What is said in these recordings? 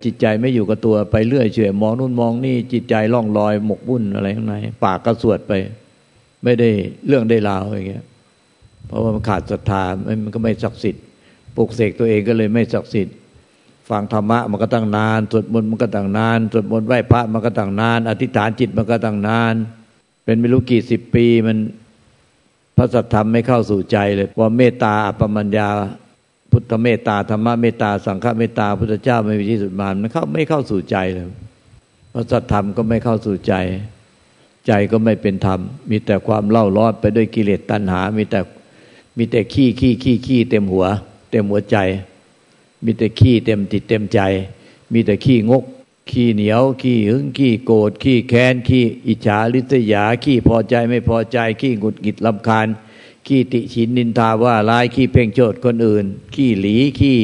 จิตใจไม่อยู่กับตัวไปเรื่อยเฉยมองนู่นมองนี่จิตใจล่องลอยหมกมุ่นอะไรข้างในปากก็สวดไปไม่ได้เรื่องได้ราวอย่างเงี้ยเพราะว่ามันขาดศรัทธามันก็ไม่ศักดิ์สิทธิ์ปลุกเสกตัวเองก็เลยไม่ศักดิ์สิทธิ์ฟังธรรมะมันก็ตั้งนานสวดมนต์มันก็ตั้งนานสวดมนต์ไหว้พระมันก็ตั้งนานอธิษฐานจิตมันก็ตั้งนานเป็นไม่รู้กี่สิบปีมันพระสัทธรรมไม่เข้าสู่ใจเลยว่าเมตตาอัปปมัญญาพุทธเมตตาธรรมเมตตาสังฆเมตตาพุทธเจ้าไม่มีที่สุดมันไม่เข้าสู่ใจเลยพระสัทธรรมก็ไม่เข้าสู่ใจใจก็ไม่เป็นธรรมมีแต่ความเล่าร้อนไปด้วยกิเลสตัณหามีแต่ขี้เต็มหัวใจมีแต่ขี้เต็มจิตเต็มใจมีแต่ขี้งกขี้เหนียวขี้หึงขี้โกรธขี้แค้นขี้อิจฉาริษยาขี้พอใจไม่พอใจขี้หงุดหงิดรำคาญขี้ติฉินนินทาว่าร้ายขี้เพ่งโทษคนอื่นขี้หลีขี้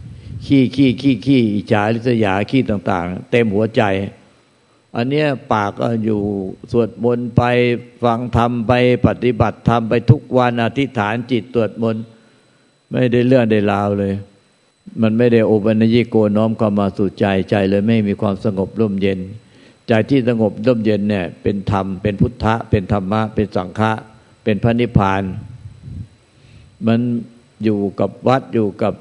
อิจฉาริษยาขี้ต่างๆเต็มหัวใจอันเนี้ยปากก็อยู่สวดมนต์ไปฟังธรรมไปปฏิบัติธรรมไปทุกวันอธิษฐานจิตสวดมนต์ไม่ได้เรื่องได้ราวเลยมันไม่ได้โอปัญญิโกน้อมเข้ามาสู่ใจเลยไม่มีความสงบร่มเย็นใจที่สงบร่มเย็นเนี่ยเป็นธรรมเป็นพุทธะเป็นธรรมะเป็นสังฆะเป็นพระนิพพานมันอยู่กับวัดอยู่กับ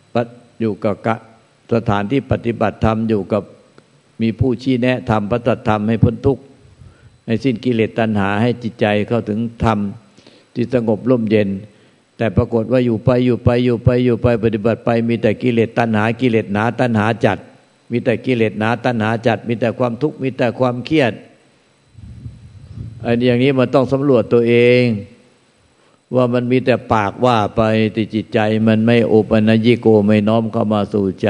สถานที่ปฏิบัติธรรมอยู่กับมีผู้ชี้แนะธรรมพระสัทธรรมให้พ้นทุกข์ให้สิ้นกิเลสตัณหาให้จิตใจเข้าถึงธรรมที่สงบร่มเย็นแต่ปรากฏว่าอยู่ไปปฏิบัติไปมีแต่กิเลสตัณหากิเลสหนาตัณหาจัดมีแต่กิเลสหนาตัณหาจัดมีแต่ความทุกข์มีแต่ความเครียดอันอย่างนี้มันต้องสำรวจตัวเองว่ามันมีแต่ปากว่าไปแต่จิตใจมันไม่โอปัญญิโกไม่น้อมเข้ามาสู่ใจ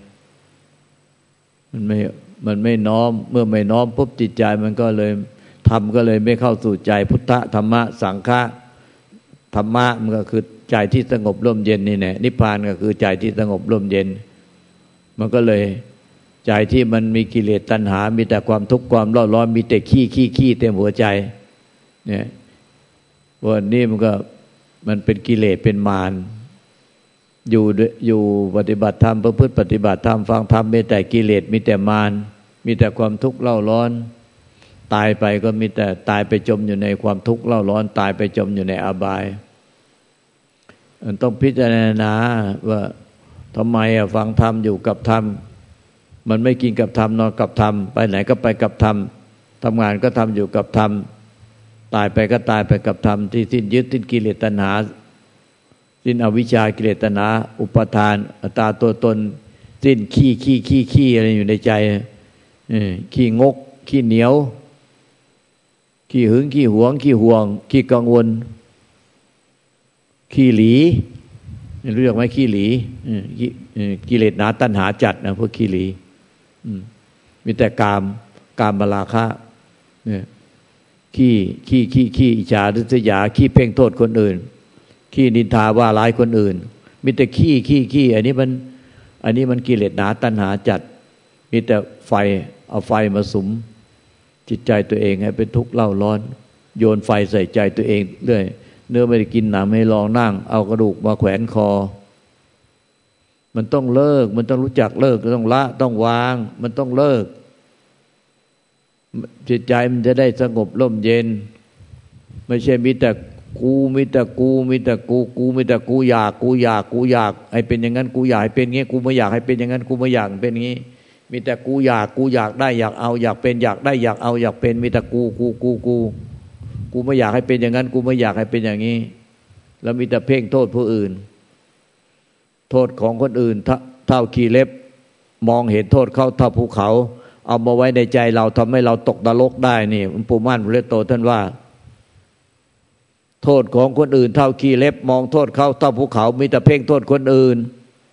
มันไม่น้อมเมื่อไม่น้อมปุ๊บจิตใจมันก็เลยธรรมก็เลยไม่เข้าสู่ใจพุทธธรรมะสังฆะธรรมะมันก็คือใจที่สงบร่มเย็นนี่แหละนิพพานก็คือใจที่สงบร่มเย็นมันก็เลยใจที่มันมีกิเลสตัณหามีแต่ความทุกข์ความร้อนร้อนมีแต่ขี้เต็มหัวใจเนี่ยวันนี้มันเป็นกิเลสเป็นมารอยู่ปฏิบัติธรรมประพฤติปฏิบัติธรรมฟังธรรมมีแต่กิเลสมีแต่มารมีแต่ความทุกข์เล่าร้อนตายไปก็มีแต่ตายไปจมอยู่ในความทุกข์เล่าร้อนตายไปจมอยู่ในอบายมันต้องพิจารณาว่าทำไมฟังธรรมอยู่กับธรรมมันไม่กินกับธรรมนอนกับธรรมไปไหนก็ไปกับธรรมทำงานก็ทำอยู่กับธรรมตายไปก็ตายไปกับธรรมที่สิ้นยึดสิ้นกิเลสตัณหาสิ้นอวิชชากิเลสตัณหาอุปทานอัตตาตัวตนสิ้นขี้อะไรอยู่ในใจขี้งกขี้เหนียวขี้หึงขี้หวงขี้ห่วงขี้กังวลขี้หลีเรียกไหมขี้หลีกิเลสหนาตัณหาจัดนะพวกขี้หลีมีแต่กามราคะเนี่ยขี้อิจฉาริษยาขี้เพ่งโทษคนอื่นขี้นินทาว่าร้ายคนอื่นมีแต่ขี้อันนี้มันกิเลสหนาตัณหาจัดมีแต่ไฟเอาไฟมาสุมจิตใจตัวเองให้เป็นทุกข์เล่าร้อนโยนไฟใส่ใจตัวเองเรื่อยเนื้อไม่ได้กินหนามให้ลองนั่งเอากระดูกมาแขวนคอมันต้องเลิกมันต้องรู้จักเลิกต้องละต้องวางมันต้องเลิกจิตใจมันจะได้สงบร่มเย็นไม่ใช่มีแต่กูมีแต่กูมีแต่กูอยากให้เป็นอย่างนั้นกูอยากให้เป็นอย่างงี้กูไม่อยากให้เป็นอย่างนั้นกูไม่อยากเป็นอย่างงี้มีแต่กูอยากได้อยากเอาอยากเป็นอยากได้อยากเอาอยากเป็นมีแต่กูไม่อยากให้เป็นอย่างนั้นกูไม่อยากให้เป็นอย่างนี้แล้วมีแต่เพ่งโทษผู้อื่นโทษของคนอื่นเท่าขี้เล็บมองเห็นโทษเขาเท่าภูเขาเอามาไว้ในใจเราทำให้เราตกนรกได้นี่หลวงปู่มั่นพุทธโตท่านว่าโทษของคนอื่นเท่าขี้เล็บมองโทษเขาเท่าภูเขามีแต่เพ่งโทษคนอื่น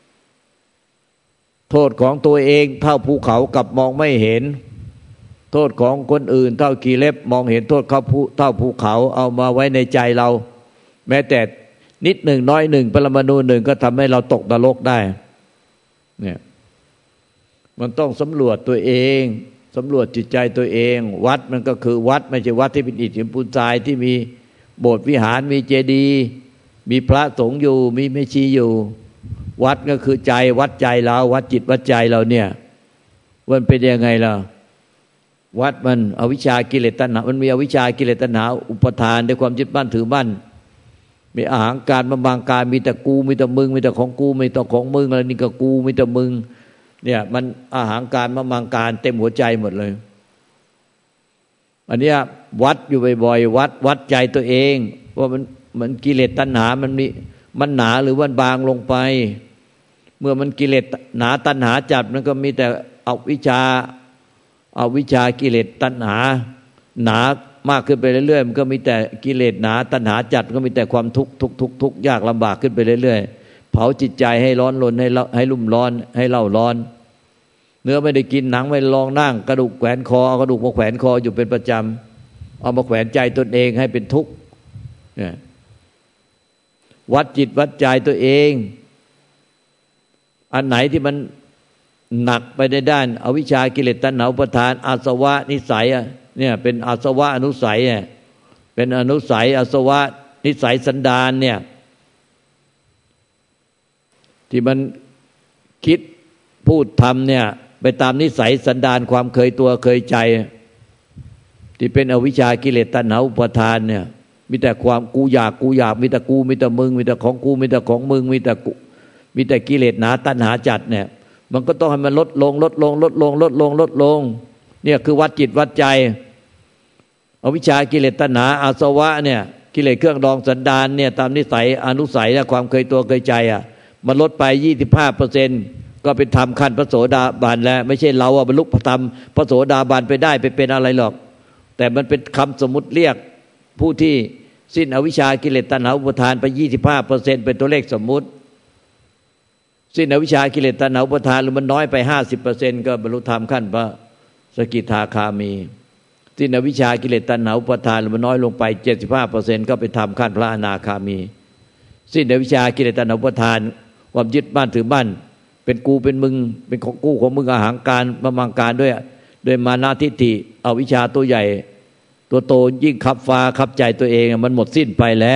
โทษของตัวเองเท่าภูเขากับมองไม่เห็นโทษของคนอื่นเท่าขี้เล็บมองเห็นโทษเขาเท่าภูเขาเอามาไว้ในใจเราแม้แต่นิดหนึ่งน้อยหนึ่งปรมาณูหนึ่งก็ทำให้เราตกนรกได้เนี่ยมันต้องสำรวจตัวเองสำรวจจิตใจตัวเองวัดมันก็คือวัดไม่ใช่วัดที่เป็นอิฐหินปูนทรายที่มีโบสถ์วิหารมีเจดีย์มีพระสงฆ์อยู่มีแม่ชีอยู่วัดก็คือใจวัดใจเราวัดจิตวัดใจเราเนี่ยมันเป็นยังไงล่ะวัดมันอวิชชากิเลสตัณหามันมีอวิชชากิเลสตัณหาอุปทานด้วยความยึดมั่นถือมั่นมีอาหารการมาบางการมีแต่กูมีแต่มึงมีแต่ของกูมีแต่ของมึงอะไรนี่ก็กูมีแต่มึงเนี่ยมันอาหารการมาบางการเต็มหัวใจหมดเลยอันเนี้ยวัดอยู่บ่อยๆวัดใจตัวเองว่ามันกิเลสตัณหามันหนาหรือมันบางลงไปเมื่อมันกิเลสหนาตัณหาจัดมันก็มีแต่อวิชชากิเลสตัณหาหนามากขึ้นไปเรื่อยๆมันก็มีแต่กิเลสหนาตัณหาจัดก็มีแต่ความทุกข์ยากลำบากขึ้นไปเรื่อยๆเผาจิตใจให้ร้อนรนให้รุ่มร้อนให้เล่าร้อนเนื้อไม่ได้กินหนังไม่ลองนั่งกระดูกแขวนคอเอากระดูกมาแขวนคออยู่เป็นประจำเอามาแขวนใจตนเองให้เป็นทุกข์วัดจิตวัดใจตัวเองอันไหนที่มันหนักไปในด้านอวิชชากิเลสตัณหาอุปทานอาสวะนิสัยเนี่ยเป็นอาสวะอนุสัยเป็นอนุสัยอาสวะนิสัยสันดานเนี่ยที่มันคิดพูดทำเนี่ยไปตามนิสัยสันดานความเคยตัวเคยใจที่เป็นอวิชชากิเลสตัณหาอุปทานเนี่ยมีแต่ความกูอยากมีแต่กูมีแต่มึงมีแต่ของกูมีแต่ของมึงมีแต่กิเลสหนาตัณหาจัดเนี่ยมันก็ต้องให้มันลดลงเนี่ยคือวัดจิตวัดใจอวิชชากิเลสตัณหาอาสวะเนี่ยกิเลสเครื่องดองสันดานเนี่ยตามนิสัยอนุสัยและความเคยตัวเคยใจมันลดไป 25% ก็เป็นธรรมขั้นพระโสดาบันแล้วไม่ใช่เราบรรลุธรรมพระโสดาบันไปได้ไปเป็นอะไรหรอกแต่มันเป็นคำสมมุติเรียกผู้ที่สิ้นอวิชชากิเลสตัณหาอุปทานไป 25% เป็นตัวเลขสมมุติสิ้นอวิชชากิเลสตัณหาอุปทานหรือมันน้อยไป 50% ก็บรรลุธรรมขั้นพระสกิทาคามีสิ้นอวิชชากิเลสตัณหาอุปทานหรือมันน้อยลงไป 75% ก็ไปทำขั้นพระอนาคามีสิ้นอวิชชากิเลสตัณหาอุปทานความยึดมั่นถือมั่นเป็นกูเป็นมึงเป็นของกูของมึงอาหารการมามังการด้วยมานะทิฏฐิอวิชชาตัวใหญ่ตัวโตยิ่งขับฟ้าขับใจตัวเองมันหมดสิ้นไปแล้ว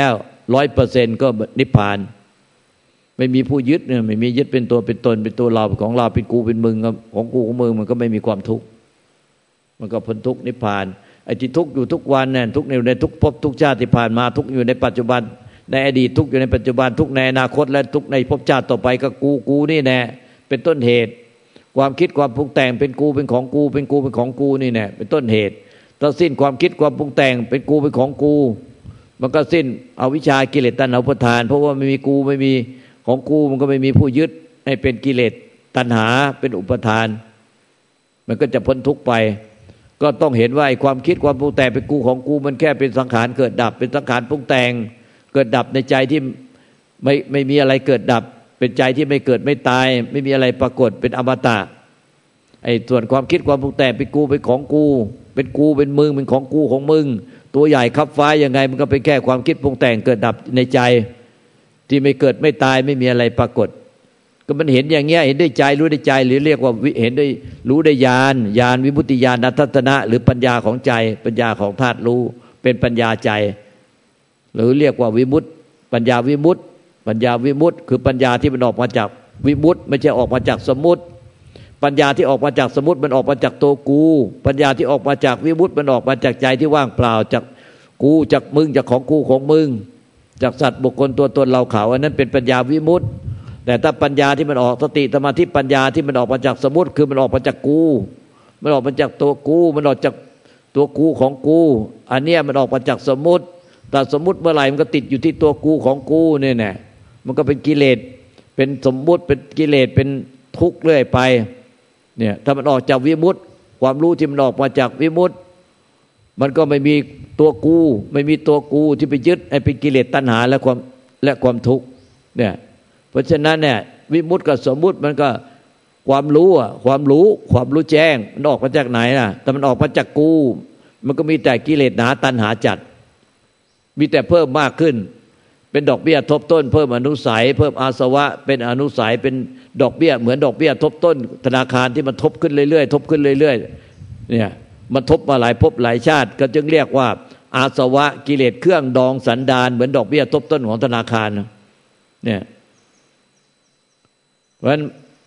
100% ก็นิพพานไม่มีผู้ยึดเนี่ยไม่มียึดเป็นตัวเป็นตนเป็นตัวเราของเราเป็นกูเป็นมึงของกูของมึงมันก็ไม่มีความทุกข์มันก็พ้นทุกข์นิพพานไอ้ที่ทุกข์อยู่ทุกวันเนี่ยทุกข์ในทุกภพทุกชาติที่ผ่านมาทุกข์อยู่ในปัจจุบันในอดีตทุกข์อยู่ในปัจจุบันทุกข์ในอนาคตและทุกข์ในภพชาติต่อไปก็กูนี่แน่เป็นต้นเหตุความคิดความปรุงแต่งเป็นกูเป็นของกูเป็นกูเป็นของกูนี่แน่เป็นต้นเหตุถ้าสิ้นความคิดความปรุงแต่งเป็นกูเป็นของกูมันก็สิ้นอวิชชากิเลสตัณหาอุปทานเพราะว่าไม่มีกูไม่มีของกูมันก็ไม่มีผู้ยึดให้เป็นกิเลสตัณหาเป็นอุปทานมันก็จะพ้นทุกข์ไปก็ต้องเห็นว่าไอ้ความคิดความปรุงแต่งเป็นกูของกูมันแค่เป็นสังขารเกิดดับเป็นสังขารปรุงแต่งเกิดดับในใจที่ไม่มีอะไรเกิดดับเป็นใจที่ไม่เกิดไม่ตายไม่มีอะไรปรากฏเป็นอมตะไอ้ส่วนความคิดความปรุงแต่งเป็นกูเป็นของกูเป็นกูเป็นมึงเป็นของกูของมึงตัวใหญ่คับฟ้ายังไงมันก็เป็นแค่ความคิดปรุงแต่งเกิดดับในใจที่ไม่เกิดไม่ตายไม่มีอะไรปรากฏก็มันเห็นอย่างเงี้ยเห็นด้วยใจรู้ด้วยใจหรือเรียกว่าเห็นด้วยรู้ด้วยญาณวิมุตติญาณทัศนะหรือปัญญาของใจปัญญาของธาตุรู้เป็นปัญญาใจหรือเรียกว่าวิมุตติปัญญาวิมุตติคือปัญญาที่มันออกมาจากวิมุตติไม่ใช่ออกมาจากสมมุติปัญญาที่ออกมาจากสมมุติมันออกมาจากตัวกูปัญญาที่ออกมาจากวิมุตติมันออกมาจากใจที่ว่างเปล่าจากกูจากมึงจากของกูของมึงจากสัตว์บุคคลตัวตนเราเขาอันนั้นเป็นปัญญาวิมุตติแต่ถ้าปัญญาที่มันออกสติสมาธิปัญญาที่มันออกมาจากสมมุติคือมันออกมาจากกูมันออกมาจากตัวกูมันออกจากตัวกูของกูอันเนี้ยมันออกมาจากสมมุติแต่สมมุติเมื่อไหร่มันก็ติดอยู่ที่ตัวกูของกูเนี่ยแน่มันก็เป็นกิเลสเป็นสมมุติเป็นกิเลสเป็นทุกข์เรื่อยไปเนี่ยถ้ามันออกจากวิมุตติความรู้ที่มันออกมาจากวิมุตติมันก็ไม่มีตัวกูไม่มีตัวกูที่ไปยึดให้เป็นกิเลสตัณหาและความทุกข์เนี่ยเพราะฉะนั้นเนี่ยวิมุตติกับสมมุติมันก็ความรู้แจ้งมันออกมาจากไหนล่ะแต่มันออกมาจากกูมันก็มีแต่กิเลสหนาตัณหาจัดมีแต่เพิ่มมากขึ้นเป็นดอกเบี้ยทบต้นเพิ่มอนุสัยเพิ่มอาสวะเป็นอนุสัยเป็นดอกเบี้ยเหมือนดอกเบี้ยทบต้นธนาคารที่มันทบขึ้นเรื่อยๆทบขึ้นเรื่อยๆเนี่ยมันทบมาหลายภพหลายชาติก็จึงเรียกว่าอาสวะกิเลสเครื่องดองสันดานเหมือนดอกเบี้ยทบต้นของธนาคารเนี่ยเพราะฉะนั้นไ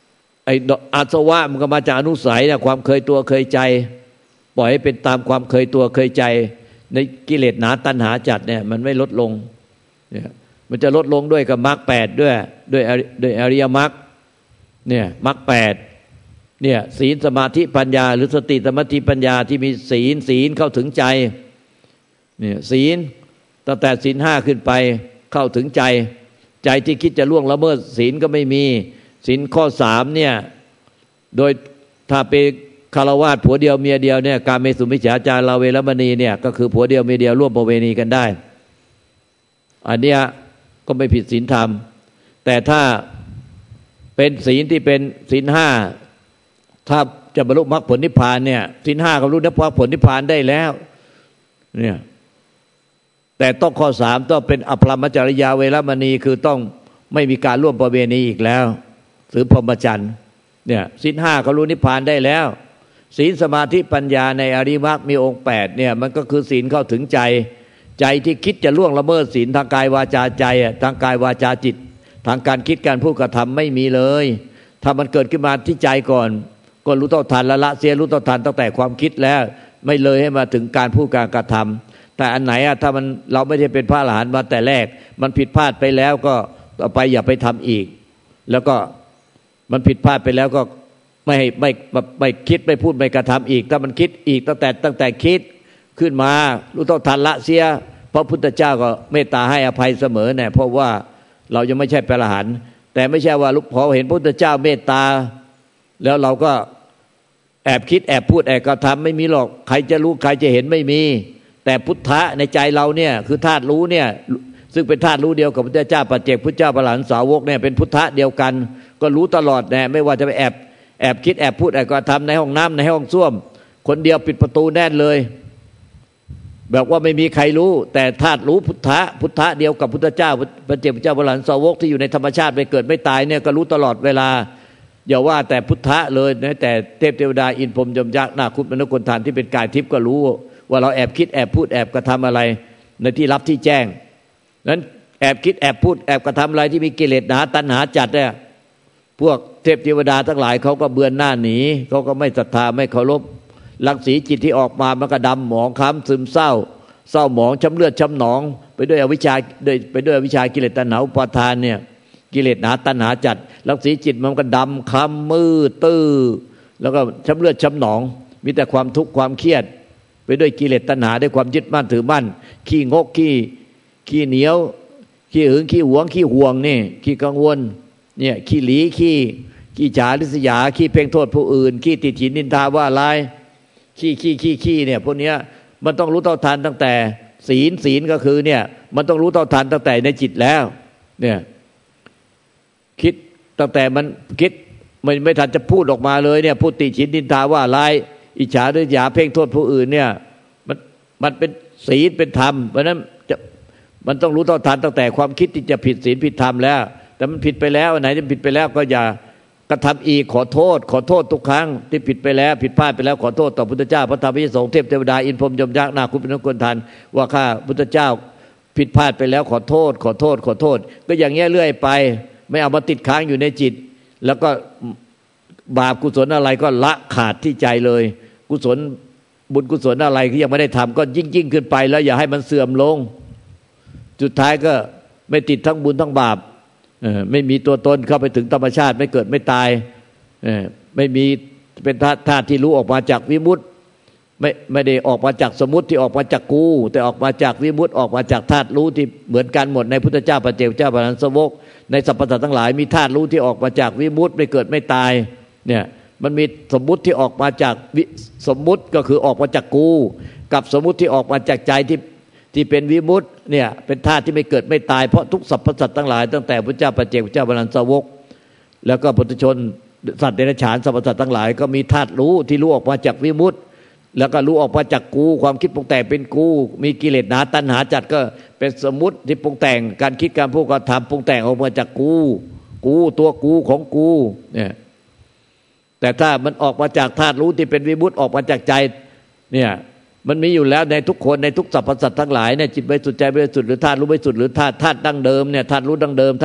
อ้อาสวะมันก็มาจากอนุสัยนะความเคยตัวเคยใจปล่อยให้เป็นตามความเคยตัวเคยใจในกิเลสหนาตัณหาจัดเนี่ยมันไม่ลดลงเนี่ยมันจะลดลงด้วยกับมรรค8ด้วยอริยมรรคเนี่ยมรรค8เนี่ยศีลสมาธิปัญญาหรือสติสมาธิปัญญาที่มีศีลเข้าถึงใจเนี่ยศีลตั้งแต่ศีล5ขึ้นไปเข้าถึงใจที่คิดจะล่วงละเมิดศีลก็ไม่มีศีลข้อ3เนี่ยโดยถ้าเป็นคฤหัสถ์ผัวเดียวเมียเดียวเนี่ยกาเมสุมิจฉาจารลาเวรมณีเนี่ยก็คือผัวเดียวเมียเดียวร่วมประเวณีกันได้อันเนี้ยก็ไม่ผิดศีลธรรมแต่ถ้าเป็นศีลที่เป็นศีล5ถ้าจะบรรลุมรรคผลนิพพานเนี่ยศีล5ก็บรรลุมรรคผลนิพพานได้แล้วเนี่ยแต่ต้องข้อ3ต้องเป็นอภรรมจริยาเวรมณีคือต้องไม่มีการร่วมประเวณีอีกแล้วหรือพรหมจรรย์เนี่ยศีล5ก็รู้นิพพานได้แล้วศีลสมาธิปัญญาในอริยมรรคมีองค์8เนี่ยมันก็คือศีลเข้าถึงใจที่คิดจะล่วงละเมิดศีลทางกายวาจาใจทางกายวาจาจิตทางการคิดการพูดกระทำไม่มีเลยถ้ามันเกิดขึ้นมาที่ใจก่อนก็รู้เท่าทันละเสียรู้เท่าทันตั้งแต่ความคิดแล้วไม่เลยให้มาถึงการพูดการกระทำแต่อันไหนถ้ามันเราไม่ได้เป็นพระอรหันต์มาแต่แรกมันผิดพลาดไปแล้วก็ต่อไปอย่าไปทำอีกแล้วก็มันผิดพลาดไปแล้วก็ไม่คิดไม่พูดไม่กระทำอีกถ้ามันคิดอีกตั้งแต่คิดขึ้นมารู้เท่าทันละเสียพระพุทธเจ้าก็เมตตาให้อภัยเสมอเนี่ยเพราะว่าเรายังไม่ใช่พระอรหันต์แต่ไม่ใช่ว่าพอเห็นพระพุทธเจ้าเมตตาแล้วเราก็แอบคิดแอบพูดแอบกระทำไม่มีหรอกใครจะรู้ใครจะเห็นไม่มีแต่พุทธะในใจเราเนี่ยคือธาตุรู้เนี่ยซึ่งเป็นธาตุรู้เดียวกับพระพุทธเจ้าปัจเจกพุทธเจ้าพระอรหันต์สาวกเนี่ยเป็นพุทธะเดียวกันก็รู้ตลอดแน่ไม่ว่าจะไปแอบคิดแอบพูดแอบกระทำในห้องน้ำในห้องส้วมคนเดียวปิดประตูแน่นเลยแบบว่าไม่มีใครรู้แต่ธาตุรู้พุทธะเดียวกับพุทธเจ้าปัจเจกพุทธเจ้าพระอรหันต์สาวกที่อยู่ในธรรมชาติไม่เกิดไม่ตายเนี่ยก็รู้ตลอดเวลาอย่าว่าแต่พุทธะเลยนะแต่เทวดาอินพรหมยมยักษ์นาคมนุษย์คนทานที่เป็นกายทิพย์ก็รู้ว่าเราแอบคิดแอบพูดแอบกระทำอะไรในที่ลับที่แจ้งนั้นแอบคิดแอบพูดแอบกระทำอะไรที่มีกิเลสหนาตัณหาจัดเนี่ยพวกเทวดาทั้งหลายเขาก็เบือนหน้าหนีเขาก็ไม่ศรัทธาไม่เคารพรังสีจิตที่ออกมามันก็ดำหมองคล้ำซึมเศร้าหมองช้ำเลือดช้ำหนองไปด้วยอวิชชาไปด้วยอวิชชากิเลสตัณหาอุปาทานเนี่ยกิเลสหนาตัณหาจัดรังสีจิตมันก็ดำคล้ำมืดตื้อแล้วก็ช้ำเลือดช้ำหนองมีแต่ความทุกข์ความเครียดไปด้วยกิเลสตัณหาด้วยความยึดมั่นถือมั่นขี้งกขี้เหนียวขี้หึงขี้หวงขี้ห่วงนี่ขี้กังวลเนี่ยขี้หลีขี้ฉาริษยาขี้เพ่งโทษผู้อื่นขี้ติฉินนินทาว่าร้ายขี้เนี่ยพวกเนี้ยมันต้องรู้เท่าทันตั้งแต่ศีลก็คือเนี่ยมันต้องรู้เท่าทันตั้งแต่ในจิตแล้วเนี่ยคิดตั้งแต่มันคิดไม่ทันจะพูดออกมาเลยเนี่ยพูดติฉินนินทาว่าร้ายอิจฉาริษยาเพ่งโทษผู้อื่นเนี่ยมันเป็นศีลเป็นธรรมเพราะนั้นมันต้องรู้เท่าทันตั้งแต่ความคิดที่จะผิดศีลผิดธรรมแล้วแต่มันผิดไปแล้วไหนที่ผิดไปแล้วก็อย่ากระทำอีกขอโทษทุกครั้งที่ผิดไปแล้วผิดพลาดไปแล้วขอโทษต่อพุทธเจ้าพระธรรมพระสงฆ์เทวดาอินพรหมยมยักษ์นาคุปนกทันว่าข้าพุทธเจ้าผิดพลาดไปแล้วขอโทษก็อย่างเงี้ยเรื่อยไปไม่เอามาติดค้างอยู่ในจิตแล้วก็บาปกุศลอะไรก็ละขาดที่ใจเลยกุศลบุญกุศลอะไรที่ยังไม่ได้ทำก็ยิ่งขึ้นไปแล้วอย่าให้มันเสื่อมลงสุดท้ายก็ไม่ติดทั้งบุญทั้งบาปไม่มีตัวตนเข้าไปถึงธรรมชาติไม่เกิดไม่ตายไม่มีเป็นธาตุที่รู้ออกมาจากวิมุตติไม่ได้ออกมาจากสมมุติที่ออกมาจากกูแต่ออกมาจากวิมุตติออกมาจากธาตุรู้ที่เหมือนกันหมดในพุทธเจ้าปัจเจกเจ้าพระอรหันต์สาวกในสรรพสัตว์ทั้งหลายมีธาตุรู้ที่ออกมาจากวิมุตติไม่เกิดไม่ตายเนี่ยมันมีสมมุติที่ออกมาจากสมมุติก็คือออกมาจากกูกับสมมุติที่ออกมาจากใจที่เป็นวิมุตติเนี่ยเป็นธาตุที่ไม่เกิดไม่ตายเพราะทุกสรรพสัตว์ทั้งหลายตั้งแต่พระเจ้าปัจเจกพระเจ้าพระอรหันต์สาวกแล้วก็ปุถุชนสัตว์เดรัจฉานสรรพสัตว์ทั้งหลายก็มีธาตุรู้ที่รู้ออกมาจากวิมุตติแล้วก็รู้ออกมาจากกูความคิดปรุงแต่งเป็นกูมีกิเลสหนาตัณหาจัดก็เป็นสมมุติที่ปรุงแต่งการคิดการพูดการทำปรุงแต่งออกมาจากกูตัวกูของกูเนี่ยแต่ถ้ามันออกมาจากธาตุรู้ที่เป็นวิมุตติออกมาจากใจเนี่ยมันมีอยู่แล้วในทุกคนในทุกสรรพสัตว์ทั้งหลายเนี่ยจิตบริสุทธิ์ใจบริสุทธิ์หรือธาตุรู้บริสุทธิ์หรือธาตุดั้งเดิมเนี่ยธาตุรู้ดั้งเดิมธ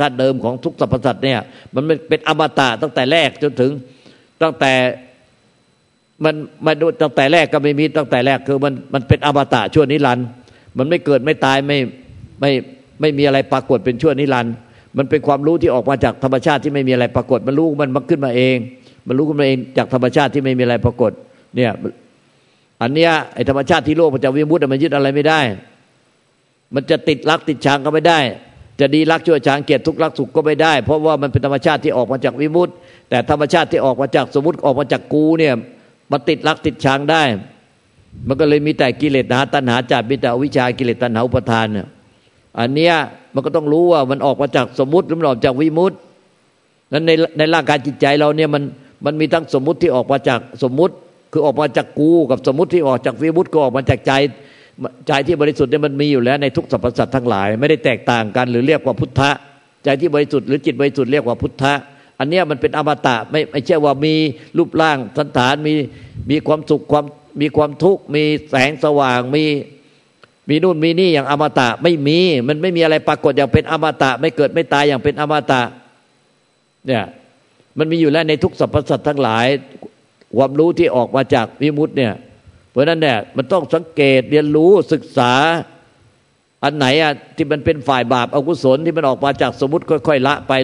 ธาตุเดิมของทุกสรรพสัตว์เนี่ยมันเป็นอมตะตั้งแต่แรกจนถึงตั้งแต่มันตั้งแต่แรกก็ไม่มีตั้งแต่แรกคือมันเป็นอมตะชั่วนิรันดร์มันไม่เกิดไม่ตายไม่มีอะไรปรากฏเป็นชั่วนิรันดร์มันเป็นความรู้ที่ออกมาจากธรรมชาติที่ไม่มีอะไรปรากฏมันรู้มันขึ้นมาเองมันรู้ขึ้นมาเองจากธรรมชาติที่ไม่มีอะไรปรากฏเนี่ยอันเนี้ยไอ้ธรรมชาติที่โลกมันจะวิมุตติมันยึดอะไรไม่ได้มันจะติดรักติดชังก็ไม่ได้จะดีรักชั่วชังเกลียดทุกข์รักสุขก็ไม่ได้เพราะว่ามันเป็นธรรมชาติที่ออกมาจากวิมุตติแต่ธรรมชาติที่ออกมาจากสมมุติออกมาจากกูเนี่ยมันติดรักติดชังได้มันก็เลยมีแต่กิเลสตัณหาจารมีแต่อวิชชากิเลสตัณหาอุปาทานเนี่ยอันเนี้ยมันก็ต้องรู้ว่ามันออกมาจากสมมุติหรือมันออกจากวิมุตตินั้นในร่างกายจิตใจเราเนี่ยมันมีทั้งสมมุติที่ออกมาจากสมมุติคือออกมาจากกูกับสมมุติที่ออกจากวิมุตติก็ออกมาจากใจที่บริสุทธิ์เนี่ยมันมีอยู่แล้วในทุกสรรพสัตว์ทั้งหลายไม่ได้แตกต่างกันหรือเรียกว่าพุทธะใจที่บริสุทธิ์หรือจิตบริสุทธิ์เรียกว่าพุทธะอันเนี้ยมันเป็นอมตะไม่ใช่ว่ามีรูปร่างสันฐานมีความสุขมีความทุกข์มีแสงสว่างมีนู่นมีนี่อย่างอมตะไม่มีมันไม่มีอะไรปรากฏอย่างเป็นอมตะไม่เกิดไม่ตายอย่างเป็นอมตะเนี่ยมันมีอยู่แล้วในทุกสรรพสัตว์ทั้งหลายความรู้ที่ออกมาจากวิมุตติเนี่ยเพราะนั้นเนี่ยมันต้องสังเกตเรียนรู้ศึกษาอันไหนอ่ะที่มันเป็นฝ่ายบาปอกุศลที่มันออกมาจากสมมุติค่อยๆละไป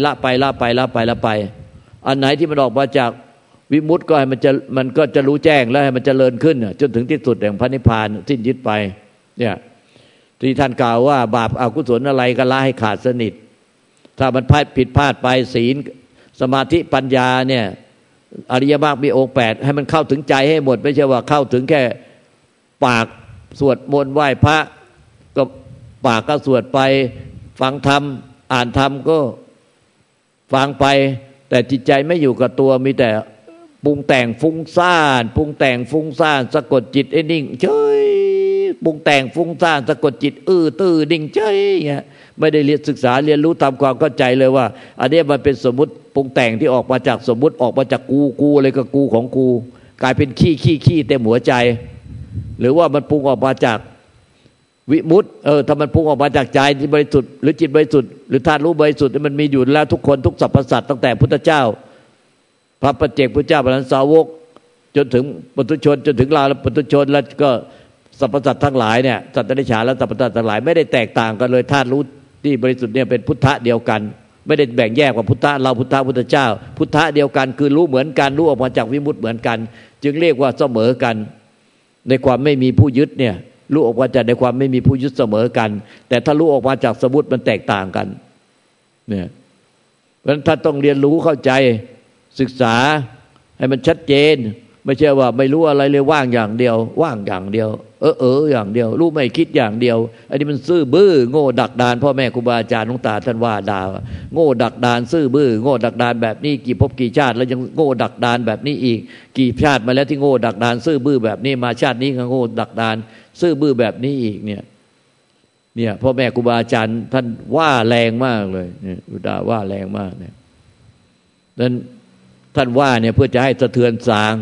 อันไหนที่มันออกมาจากวิมุตติก็ให้มันก็จะรู้แจ้งแล้วให้มันเจริญขึ้นจนถึงที่สุดแห่งพระนิพพานสิ้นยึดไปเนี่ยที่ท่านกล่าวว่าบาปอกุศลอะไรก็ละให้ขาดสนิทถ้ามันผิดพลาดไปศีลสมาธิปัญญาเนี่ยอริยมรรคมีองค์8ให้มันเข้าถึงใจให้หมดไม่ใช่ว่าเข้าถึงแค่ปากสวดมนต์ไหว้พระก็ปากก็สวดไปฟังธรรมอ่านธรรมก็ฟังไปแต่จิตใจไม่อยู่กับตัวมีแต่ปรุงแต่งฟุ้งซ่านสะกดจิตให้นิ่งเฉยปรุงแต่งฟุ้งซ่านสะกดจิตตื้อนิ่งเฉยเงี้ยไม่ได้เรียนศึกษาเรียนรู้ตามความเข้าใจเลยว่าอันนี้มันเป็นสมมุติปรุงแต่งที่ออกมาจากสมมุติออกมาจากกูอะไรก็กูของกูกลายเป็นขี้เต็มหัวใจหรือว่ามันปรุงออกมาจากวิมุตติถ้ามันปรุงออกมาจากใจที่บริสุทธิ์หรือจิตบริสุทธิ์หรือธาตุรู้บริสุทธิ์มันมีอยู่แล้วทุกคนทุกสรรพสัตว์ตั้งแต่พุทธเจ้าพระปัจเจกพุทธเจ้าพระอรหันตสาวกจนถึงปุถุชนจนถึงเราปุถุชนแล้วก็สรรพสัตว์ทั้งหลายเนี่ยสัตว์เดรัจฉานและสรรพสัตว์ทั้งหลายไม่ได้แตกต่างกันเลยธาตุรู้ที่บริสุทธิ์เนี่ยเป็นพุทธะเดียวกันไม่ได้แบ่งแยกว่าพุทธะเราพุทธะพุทธเจ้าพุทธะเดียวกันคือรู้เหมือนกันรู้ออกมาจากวิมุตติเหมือนกันจึงเรียกว่าเสมอกันในความไม่มีผู้ยึดเนี่ยรู้ออกมาจากในความไม่มีผู้ยึดเสมอกันแต่ถ้ารู้ออกมาจากสมมุติมันแตกต่างกันเนี่ยเพราะฉะนั้นถ้าต้องเรียนรู้เข้าใจศึกษาให้มันชัดเจนไม่ใช่ว่าไม่รู้อะไรเลยว่างอย่างเดียวอย่างเดียวอย่างเดียวรู้ไม่คิดอย่างเดียวอันนี้มันซื่อบื้อโง่ดักดานพ่อแม่ครูบาอาจารย์หลวงตาท่านว่าด่าโง่ดักดานซื่อบื้อโง่ดักดานแบบนี้กี่ภพกี่ชาติแล้วยังโง่ดักดานแบบนี้อีกกี่ชาติมาแล้วที่โง่ดักดานซื่อบื้อแบบนี้มาชาตินี้ก็โง่ดักดานซื่อบื้อแบบนี้อีกเนี่ยพ่อแม่ครูบาอาจารย์ท่านว่าแรงมากเลยเนี่ยด่าว่าแรงมากเนี่ยนั้นท่านว่าเนี่ยเพื่อจะให้สะเทือนสาง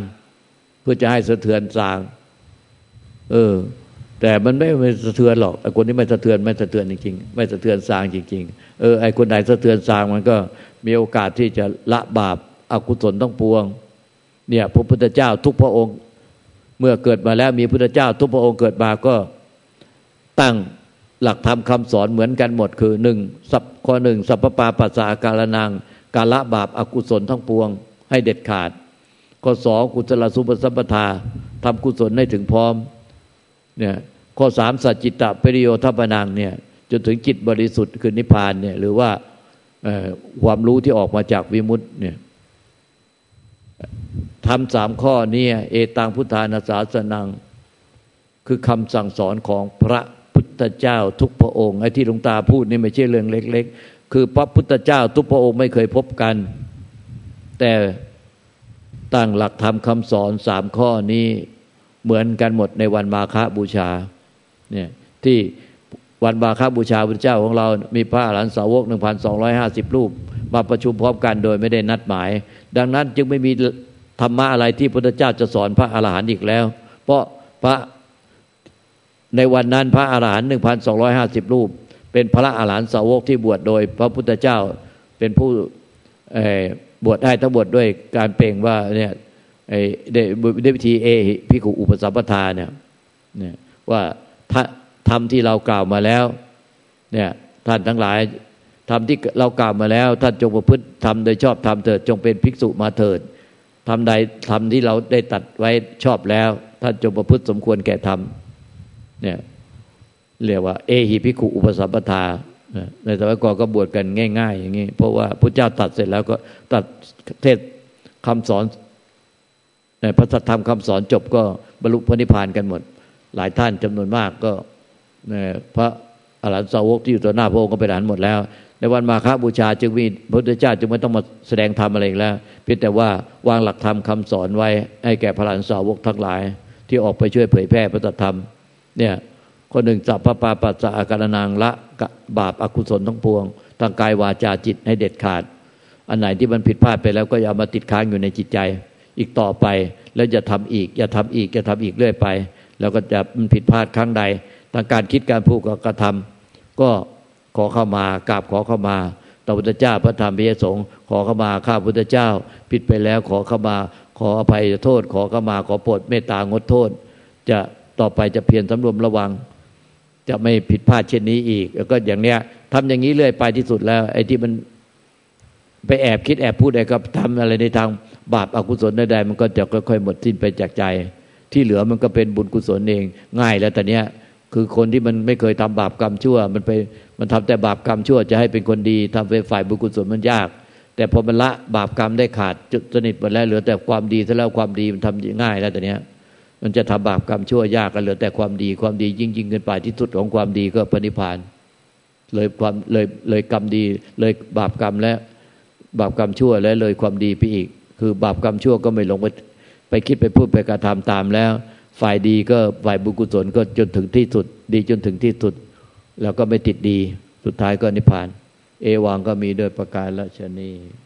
แต่มันไม่สะเทือนหรอกไอ้คนที่ไม่สะเทือนจริงๆไม่สะเทือนสางจริงๆไอ้คนไหนสะเทือนสางมันก็มีโอกาสที่จะละบาปอกุศลทั้งปวงเนี่ยพระพุทธเจ้าทุกพระองค์เมื่อเกิดมาแล้วมีพุทธเจ้าทุกพระองค์เกิดมาก็ตั้งหลักธรรมคำสอนเหมือนกันหมดคือข้อ 1สัพพปาปัสสะอาการนังการละบาปอกุศลทั้งปวงให้เด็ดขาดข้อ 2กุศลสุปสัมปทาทำกุศลให้ถึงพร้อมเนี่ยข้อ 3สัจจิตตปริโยทัปปนังเนี่ยจนถึงจิตบริสุทธิ์คือนิพพานเนี่ยหรือว่าความรู้ที่ออกมาจากวิมุตติเนี่ยทำ3ข้อนี้เอตังพุทธานาสาสนังคือคำสั่งสอนของพระพุทธเจ้าทุกพระองค์ไอ้ที่หลวงตาพูดนี่ไม่ใช่เรื่องเล็กๆคือพระพุทธเจ้าทุกพระองค์ไม่เคยพบกันแต่ตั้งหลักธรรมคำสอน3ข้อนี้เหมือนกันหมดในวันมาฆบูชาเนี่ยที่วันมาฆบูชาพระเจ้าของเรามีพระอรหันตสาวก 1,250 รูปมาประชุมพร้อมกันโดยไม่ได้นัดหมายดังนั้นจึงไม่มีธรรมะอะไรที่พระพุทธเจ้าจะสอนพระอรหันต์อีกแล้วเพราะพระในวันนั้นพระอรหันต์ 1,250 รูปเป็นพระอรหันตสาวกที่บวชโดยพระพุทธเจ้าเป็นผู้บวชได้ทั้งหมดด้วยการเปล่งว่าเนี่ยด้วยวิธีภิกขุอุปสัมปทาเนี่ยว่าธรรมที่เรากล่าวมาแล้วเนี่ยท่านทั้งหลายธรรมที่เรากล่าวมาแล้วท่านจงประพฤติธรรมโดยชอบธรรมเถิดจงเป็นภิกษุมาเถิดธรรมใดธรรมที่เราได้ตัดไว้ชอบแล้วท่านจงประพฤติสมควรแก่ธรรมเนี่ยเรียกว่าเอหิภิกขุอุปสัมปทาในสมัยก่อนก็บวชกันง่ายๆอย่างนี้เพราะว่าพระเจ้าตัดเสร็จแล้วก็ตัดเทศคำสอนพระธรรมคำสอนจบก็บรรลุพระนิพพานกันหมดหลายท่านจำนวนมากก็พระอรหันตสาวกที่อยู่ต่อหน้าพระองค์ก็เป็นอรหันต์หมดแล้วในวันมาฆบูชาจึงมีพระพุทธเจ้าจึงไม่ต้องมาแสดงธรรมอะไรอีกแล้วเพียงแต่ว่าวางหลักธรรมคำสอนไว้ให้แก่พระอรหันตสาวกทั้งหลายที่ออกไปช่วยเผยแพร่พระธรรมเนี่ยข้อหนึ่งสัพพปาปัสสะอาการนังละบาปอกุศลทั้งปวงทางกายวาจาจิตให้เด็ดขาดอันไหนที่มันผิดพลาดไปแล้วก็อย่ามาติดค้างอยู่ในจิตใจอีกต่อไปแล้วอย่าทำอีกอย่าทำอีกอย่าทำอีกเรื่อยไปแล้วก็จะมันผิดพลาดครั้งใดทางการคิดการพูดกระทำก็ขอเข้ามากราบขอเข้ามาต่อพระพุทธเจ้าพระธรรมพระสงฆ์ขอเข้ามาข้าพุทธเจ้าผิดไปแล้วขอเข้ามาขออภัยโทษขอเข้ามาขอโปรดเมตตางดโทษจะต่อไปจะเพียรสำรวมระวังจะไม่ผิดพลาดเช่นนี้อีกแล้วก็อย่างเนี้ยทำอย่างนี้เรื่อยไปที่สุดแล้วไอ้ที่มันไปแอบคิดแอบพูดอะไรกับทำอะไรในทางบาปอกุศลใดๆมันก็จะค่อยๆหมดสิ้นไปจากใจที่เหลือมันก็เป็นบุญกุศลเองง่ายแล้วแต่เนี้ยคือคนที่มันไม่เคยทำบาปกรรมชั่วมันทำแต่บาปกรรมชั่วจะให้เป็นคนดีทำเป็นฝ่ายบุญกุศลมันยากแต่พอมันละบาปกรรมได้ขาดจุดสนิทหมดแล้วเหลือแต่ความดีซะแล้วความดีมันทำง่ายแล้วแต่เนี้ยมันจะทำบาปกรรมชั่วยากกันเหลือแต่ความดียิ่งขึ้นไปที่สุดของความดีก็พระนิพพานเลยกรรมดีเลยบาปกรรมและบาปกรรมชั่วและเลยความดีไปอีกคือบาปกรรมชั่วก็ไม่ลงไปคิดไปพูดไปกระทำตามแล้วฝ่ายดีก็ฝ่ายบุญกุศลก็จนถึงที่สุดดีจนถึงที่สุดแล้วก็ไม่ติดดีสุดท้ายก็นิพพานเอวังก็มีโดยประการฉะนี้